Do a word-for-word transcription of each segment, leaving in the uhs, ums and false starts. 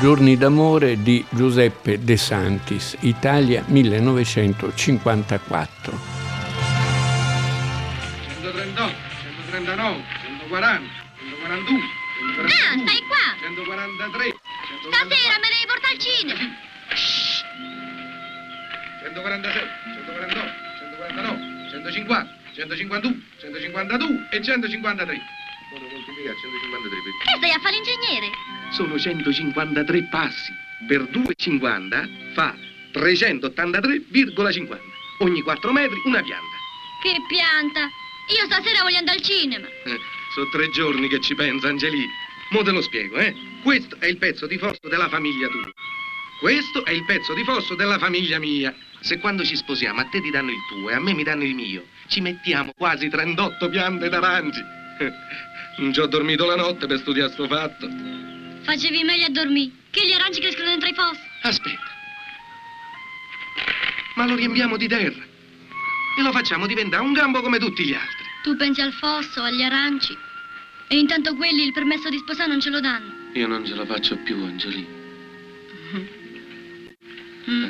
Giorni d'amore di Giuseppe De Santis, Italia millenovecentocinquantaquattro. centotrentotto, centotrentanove, centoquaranta, centoquarantuno, Ah, stai qua! centoquarantatré, Stasera me ne devi portare al cinema! centoquarantasei, centoquarantotto, centoquarantanove, centocinquanta, centocinquantuno, centocinquantadue e centocinquantatré. Ora moltiplicare centocinquantatré per... Che stai a fare l'ingegnere? Sono centocinquantatré passi. Per due virgola cinquanta fa trecentottantatré virgola cinquanta. Ogni quattro metri una pianta. Che pianta! Io stasera voglio andare al cinema. Eh, sono tre giorni che ci pensa, Angelì. Mo te lo spiego, eh? Questo è il pezzo di fosso della famiglia tua. Questo è il pezzo di fosso della famiglia mia. Se quando ci sposiamo a te ti danno il tuo e a me mi danno il mio, ci mettiamo quasi trentotto piante d'aranci. Non ci ho dormito la notte per studiare sto fatto. Facevi meglio a dormire, che gli aranci crescono dentro i fossi. Aspetta. Ma lo riempiamo di terra e lo facciamo diventare un gambo come tutti gli altri. Tu pensi al fosso, agli aranci, e intanto quelli il permesso di sposare non ce lo danno. Io non ce la faccio più, Angelì. Mm.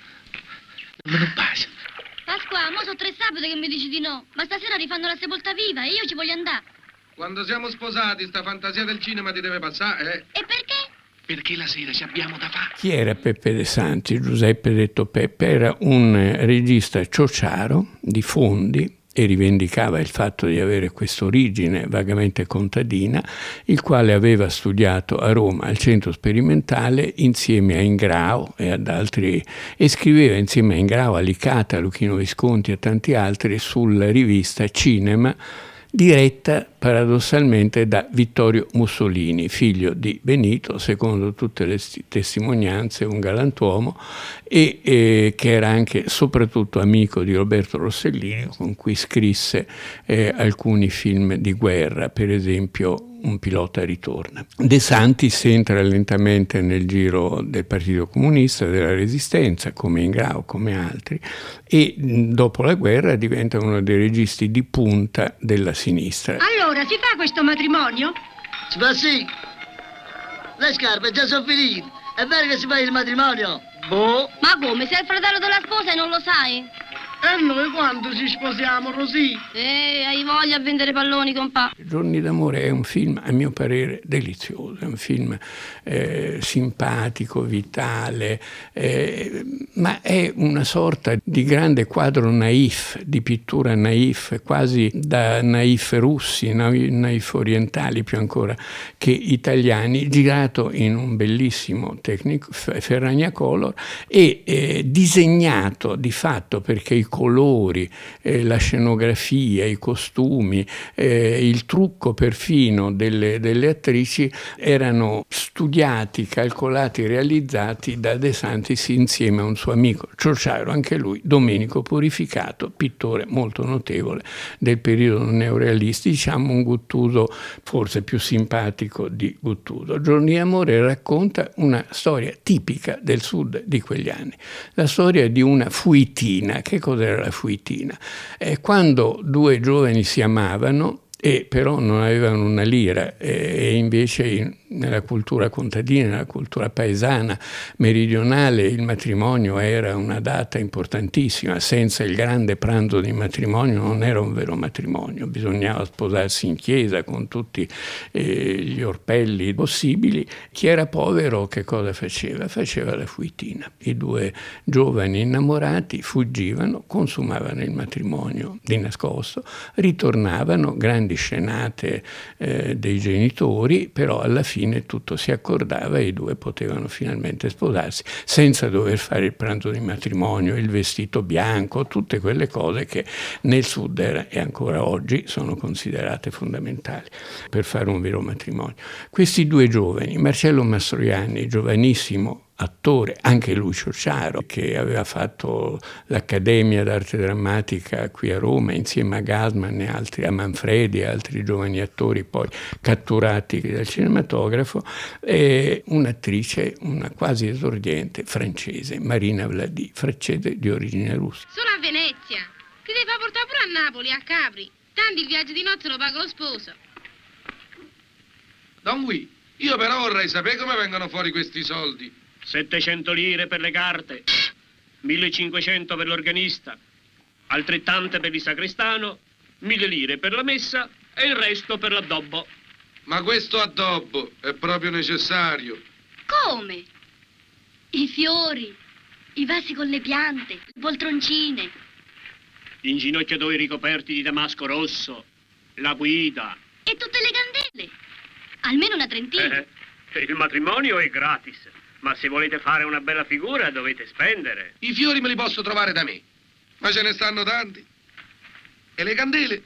Me lo bacio. Pasqua, mo sono tre sabate che mi dici di no, ma stasera rifanno la sepolta viva e io ci voglio andare. Quando siamo sposati, sta fantasia del cinema ti deve passare, eh? E perché? Perché la sera ci abbiamo da fare. Chi era Peppe De Santis? Giuseppe detto Peppe era un regista ciociaro di Fondi e rivendicava il fatto di avere questa origine vagamente contadina, il quale aveva studiato a Roma al centro sperimentale insieme a Ingrao e ad altri, e scriveva insieme a Ingrao, a Licata, a Luchino Visconti e a tanti altri sulla rivista Cinema, diretta paradossalmente da Vittorio Mussolini, figlio di Benito, secondo tutte le testimonianze un galantuomo, e eh, che era anche soprattutto amico di Roberto Rossellini, con cui scrisse eh, alcuni film di guerra, per esempio Un pilota ritorna. De Santis entra lentamente nel giro del Partito Comunista, della Resistenza, come Ingrao, come altri, e dopo la guerra diventa uno dei registi di punta della sinistra. Allora, si fa questo matrimonio? Si fa sì. Le scarpe già sono finite. È vero che si fa il matrimonio? Boh. Ma come, sei il fratello della sposa e non lo sai? E noi quando ci sposiamo, Rosì? Eh, hai voglia a vendere palloni, compà. Giorni d'amore è un film, a mio parere, delizioso, è un film eh, simpatico, vitale, eh, ma è una sorta di grande quadro naif, di pittura naif, quasi da naif russi, naif orientali più ancora che italiani, girato in un bellissimo Technic Ferragnacolor e eh, disegnato di fatto perché i colori, eh, la scenografia, i costumi, eh, il trucco perfino delle, delle attrici erano studiati, calcolati, realizzati da De Santis insieme a un suo amico ciociaro, anche lui, Domenico Purificato, pittore molto notevole del periodo neorealista, diciamo un Guttuso forse più simpatico di Guttuso. Giorni d'amore racconta una storia tipica del sud di quegli anni, la storia di una fuitina. Che cos'era la fuitina? Eh, quando due giovani si amavano e però non avevano una lira e invece in, nella cultura contadina, nella cultura paesana meridionale il matrimonio era una data importantissima. Senza il grande pranzo di matrimonio non era un vero matrimonio, bisognava sposarsi in chiesa con tutti eh, gli orpelli possibili. Chi era povero che cosa faceva? Faceva la fuitina. I due giovani innamorati fuggivano, consumavano il matrimonio di nascosto, ritornavano, grandi scenate eh, dei genitori, però alla fine tutto si accordava e i due potevano finalmente sposarsi senza dover fare il pranzo di matrimonio, il vestito bianco, tutte quelle cose che nel sud era, e ancora oggi sono considerate fondamentali per fare un vero matrimonio. Questi due giovani, Marcello Mastroianni, giovanissimo attore, anche lui ciociaro, che aveva fatto l'Accademia d'Arte Drammatica qui a Roma insieme a Gassman e altri, a Manfredi e altri giovani attori poi catturati dal cinematografo, e un'attrice, una quasi esordiente francese, Marina Vladi, francese di origine russa. Sono a Venezia, ti devi far portare pure a Napoli, a Capri, tanto il viaggio di notte lo paga lo sposo. Don Gui, Io però vorrei sapere come vengono fuori questi soldi. settecento lire per le carte, millecinquecento per l'organista, altrettante per il sacrestano, mille lire per la messa e il resto per l'addobbo. Ma questo addobbo è proprio necessario. Come? I fiori, i vasi con le piante, le poltroncine. Gli inginocchiatori ricoperti di damasco rosso, la guida. E tutte le candele. Almeno una trentina. Eh, il matrimonio è gratis, ma se volete fare una bella figura dovete spendere. I fiori me li posso trovare da me, ma ce ne stanno tanti. E le candele?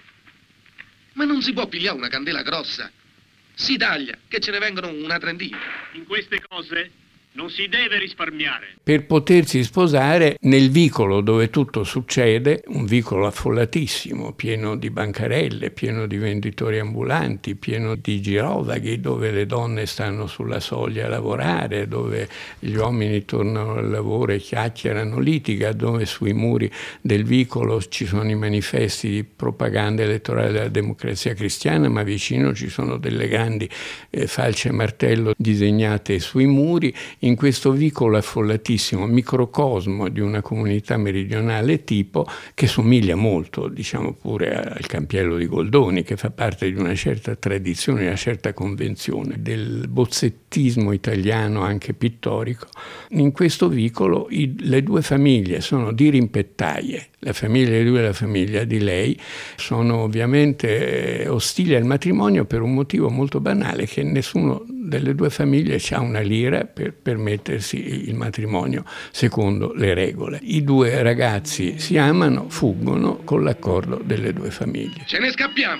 Ma non si può pigliare una candela grossa. Si taglia, che ce ne vengono una trentina. In queste cose non si deve risparmiare. Per potersi sposare nel vicolo dove tutto succede, un vicolo affollatissimo, pieno di bancarelle, pieno di venditori ambulanti, pieno di girovaghi, dove le donne stanno sulla soglia a lavorare, dove gli uomini tornano al lavoro e chiacchierano, litiga, dove sui muri del vicolo ci sono i manifesti di propaganda elettorale della Democrazia Cristiana, ma vicino ci sono delle grandi eh, falce e martello disegnate sui muri. In questo vicolo affollatissimo, microcosmo di una comunità meridionale tipo, che somiglia molto, diciamo pure, al Campiello di Goldoni, che fa parte di una certa tradizione, una certa convenzione del bozzettismo italiano anche pittorico. In questo vicolo i, le due famiglie sono dirimpettaie. La famiglia di lui e la famiglia di lei sono ovviamente ostili al matrimonio per un motivo molto banale, che nessuno delle due famiglie ha una lira per permettersi il matrimonio secondo le regole. I due ragazzi si amano, fuggono con l'accordo delle due famiglie. Ce ne scappiamo.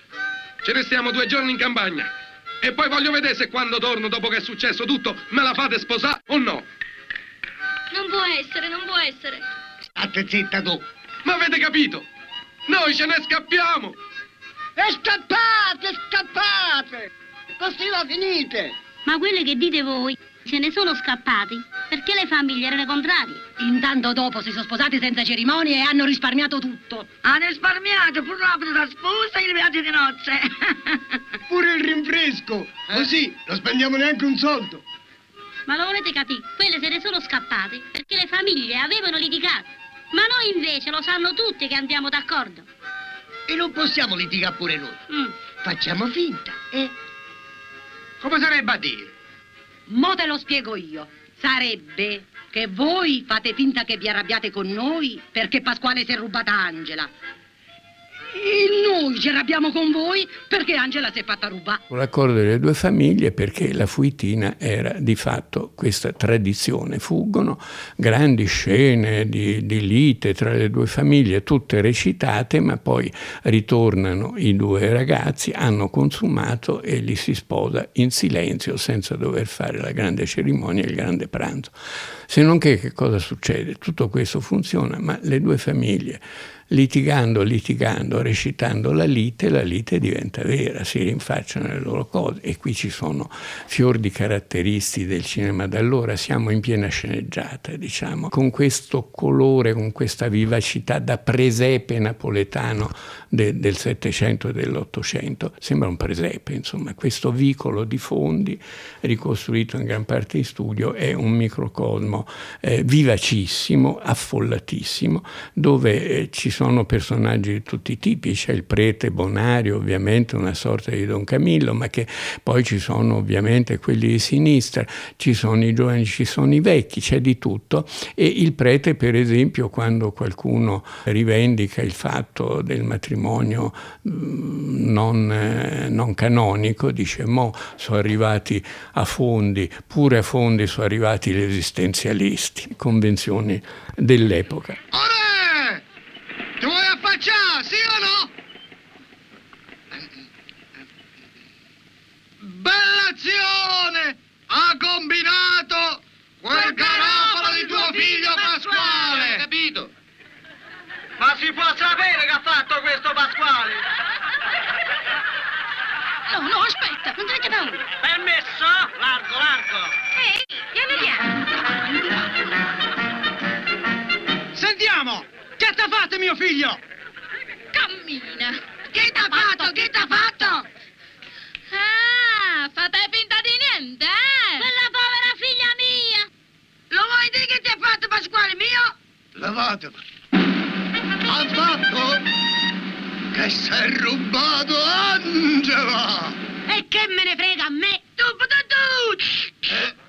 Ce ne stiamo due giorni in campagna. E poi voglio vedere se quando torno, dopo che è successo tutto, me la fate sposare o no. Non può essere, non può essere. State zitta tu. Ma avete capito? Noi ce ne scappiamo. E scappate, scappate! Così la finite. Ma quelle che dite voi se ne sono scappati perché le famiglie erano contrarie. Intanto dopo si sono sposati senza cerimonie e hanno risparmiato tutto. Hanno risparmiato pure l'abito da sposa e i viaggi di nozze. Pure il rinfresco. Eh? Così non spendiamo neanche un soldo. Ma lo volete capire? Quelle se ne sono scappate perché le famiglie avevano litigato. Ma noi invece lo sanno tutti che andiamo d'accordo. E non possiamo litigare pure noi. Mm. Facciamo finta, eh? Come sarebbe a dire? Mo te lo spiego io. Sarebbe che voi fate finta che vi arrabbiate con noi perché Pasquale si è rubata Angela. E noi ci arrabbiamo con voi perché Angela si è fatta rubare. Con l'accordo delle due famiglie, perché la fuitina era di fatto questa tradizione. Fuggono, grandi scene di, di lite tra le due famiglie, tutte recitate, ma poi ritornano i due ragazzi, hanno consumato e li si sposa in silenzio, senza dover fare la grande cerimonia e il grande pranzo. Se non che, che cosa succede? Tutto questo funziona, ma le due famiglie, litigando, litigando, recitando la lite, la lite diventa vera, si rinfacciano le loro cose. E qui ci sono fior di caratteristi del cinema d'allora, siamo in piena sceneggiata, diciamo, con questo colore, con questa vivacità da presepe napoletano de, del Settecento e dell'Ottocento. Sembra un presepe, insomma, questo vicolo di fondi, ricostruito in gran parte in studio, è un microcosmo eh, vivacissimo, affollatissimo, dove eh, ci sono personaggi di tutti i tipi. C'è il prete bonario, ovviamente una sorta di Don Camillo, ma che poi ci sono ovviamente quelli di sinistra, ci sono i giovani, ci sono i vecchi, c'è di tutto. E il prete, per esempio, quando qualcuno rivendica il fatto del matrimonio non, eh, non canonico, dice: mo sono arrivati a fondi, pure a fondi sono arrivati gli esistenzialisti, convenzioni dell'epoca. Ora! Ti vuoi affacciare, sì o no? Bella azione! Ha combinato quel garofalo di tuo figlio Pasquale! Hai capito? Ma si può sapere che ha fatto questo Pasquale? No, no, aspetta, non avete paura. Permesso? Largo, largo. Ehi, piano piano. Sentiamo! Che t'ha fatto mio figlio? Cammina. Che t'ha fatto? Che t'ha fatto? Ah, fate finta di niente. levatelo. Ha fatto che si è rubato Angela! E che me ne frega a me? Tu, tu, tu! Eh.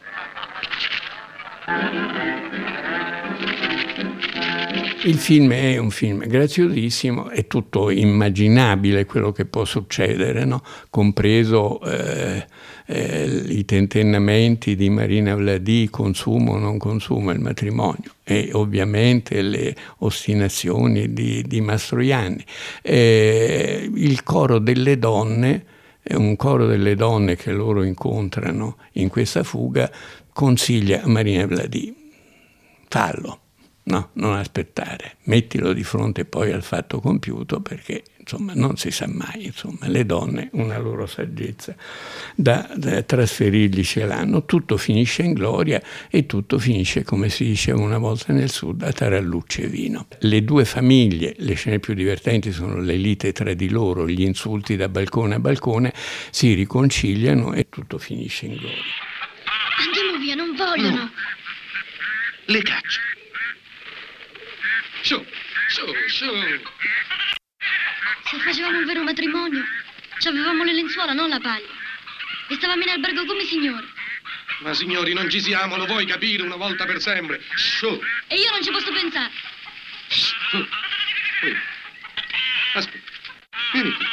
Il film è un film graziosissimo, è tutto immaginabile quello che può succedere, no? Compreso eh, eh, i tentennamenti di Marina Vladì, consumo o non consumo il matrimonio, e ovviamente le ostinazioni di, di Mastroianni. Eh, il coro delle donne, è un coro delle donne che loro incontrano in questa fuga, consiglia a Marina Vladì: fallo. No, non aspettare, mettilo di fronte poi al fatto compiuto, perché insomma non si sa mai, insomma le donne una loro saggezza da, da trasferirgli ce l'hanno. Tutto finisce in gloria e tutto finisce, come si diceva una volta nel sud, a tarallucce e vino. Le due famiglie, le scene più divertenti sono le liti tra di loro, gli insulti da balcone a balcone, si riconciliano e tutto finisce in gloria. Andiamo via, non vogliono. No. Le caccio. Su, su, su. Se facevamo un vero matrimonio, avevamo le lenzuola, non la paglia. E stavamo in albergo come signori. Ma signori, non ci siamo, lo vuoi capire una volta per sempre? Su. E io non ci posso pensare. Su. Qui. Aspetta. Vieni qui.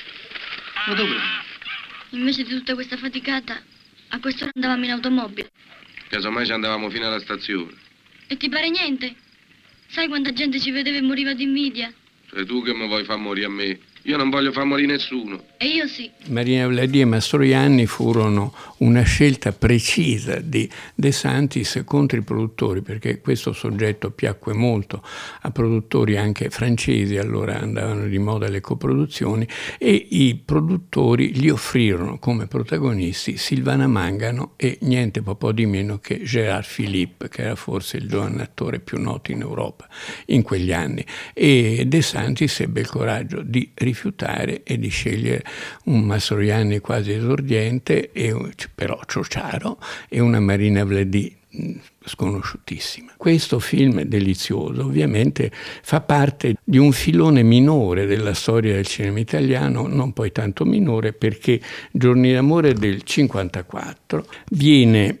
Ma dove? Invece di tutta questa faticata, a quest'ora andavamo in automobile. Casomai ci andavamo fino alla stazione. E ti pare niente? Sai quanta gente ci vedeva e moriva di invidia? Sei tu che mi vuoi far morire a me. Io non voglio far morire nessuno. E io sì. Marina Vladì e Mastroianni furono una scelta precisa di De Santis contro i produttori, perché questo soggetto piacque molto a produttori anche francesi, allora andavano di moda le coproduzioni, e i produttori gli offrirono come protagonisti Silvana Mangano e niente po' di meno che Gérard Philippe, che era forse il giovane attore più noto in Europa in quegli anni. E De Santis ebbe il coraggio di rifiutare e di scegliere un Mastroianni quasi esordiente, e, però ciociaro, e una Marina Vladì sconosciutissima. Questo film delizioso ovviamente fa parte di un filone minore della storia del cinema italiano, non poi tanto minore, perché Giorni d'amore del cinquantaquattro viene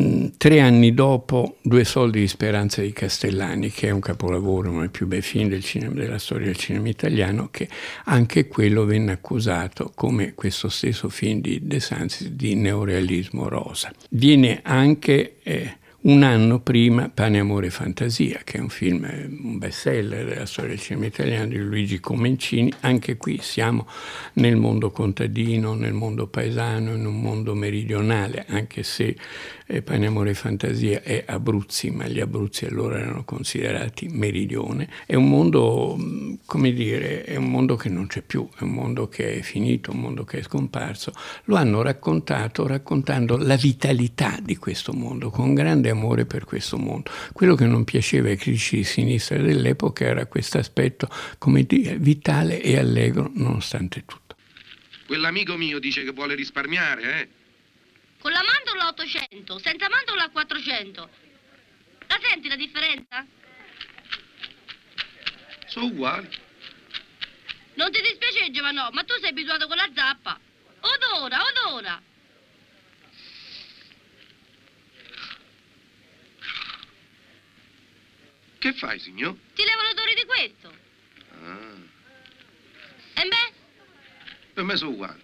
tre anni dopo Due soldi di Speranza di Castellani, che è un capolavoro, uno dei più bei film del cinema, della storia del cinema italiano, che anche quello venne accusato, come questo stesso film di De Santis, di neorealismo rosa. Viene anche eh, un anno prima Pane, amore e fantasia, che è un film, un bestseller della storia del cinema italiano, di Luigi Comencini. Anche qui siamo nel mondo contadino, nel mondo paesano, in un mondo meridionale, anche se eh, Pane, amore e fantasia è Abruzzi, ma gli Abruzzi allora erano considerati meridione. È un mondo, come dire, è un mondo che non c'è più, è un mondo che è finito, un mondo che è scomparso. Lo hanno raccontato raccontando la vitalità di questo mondo, con grande amore per questo mondo. Quello che non piaceva ai critici di sinistra dell'epoca era questo aspetto, come dire, vitale e allegro nonostante tutto. Quell'amico mio dice che vuole risparmiare, eh? Con la mandorla a ottocento, senza mandorla a quattrocento. La senti la differenza? Sono uguali. Non ti dispiace, Giovanò, ma tu sei abituato con la zappa. Odora, odora. Che fai, signor? Ti levo l'odore di questo. Ah. E beh? Per me sono uguali.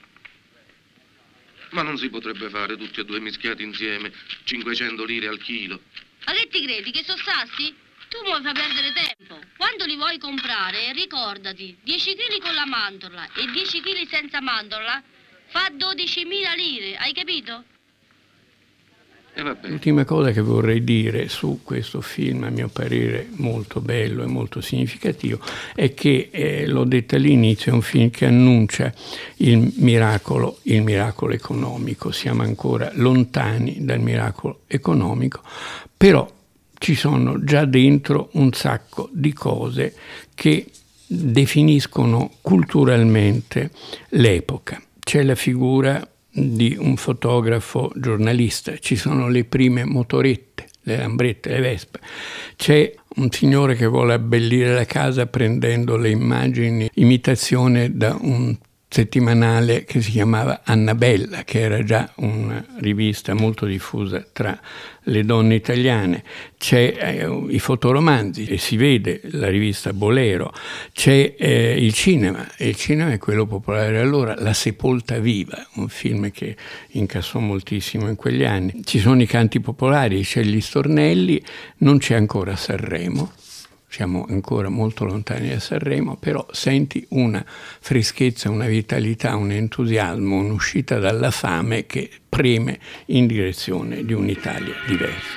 Ma non si potrebbe fare tutti e due mischiati insieme, cinquecento lire al chilo. Ma che ti credi, che sono sassi? Tu mi fai perdere tempo. Quando li vuoi comprare, ricordati, dieci chili con la mandorla e dieci chili senza mandorla fa dodicimila lire, hai capito? E va bene. L'ultima cosa che vorrei dire su questo film, a mio parere molto bello e molto significativo, è che, eh, l'ho detto all'inizio, è un film che annuncia il miracolo, il miracolo economico. Siamo ancora lontani dal miracolo economico, però ci sono già dentro un sacco di cose che definiscono culturalmente l'epoca. C'è la figura di un fotografo giornalista, ci sono le prime motorette, le lambrette, le vespe. C'è un signore che vuole abbellire la casa prendendo le immagini, imitazione da un settimanale che si chiamava Annabella, che era già una rivista molto diffusa tra le donne italiane. C'è eh, i fotoromanzi, e si vede la rivista Bolero. C'è eh, il cinema, e il cinema è quello popolare allora, La sepolta viva, un film che incassò moltissimo in quegli anni. Ci sono i canti popolari, c'è gli stornelli, non c'è ancora Sanremo. Siamo ancora molto lontani da Sanremo, però senti una freschezza, una vitalità, un entusiasmo, un'uscita dalla fame che preme in direzione di un'Italia diversa.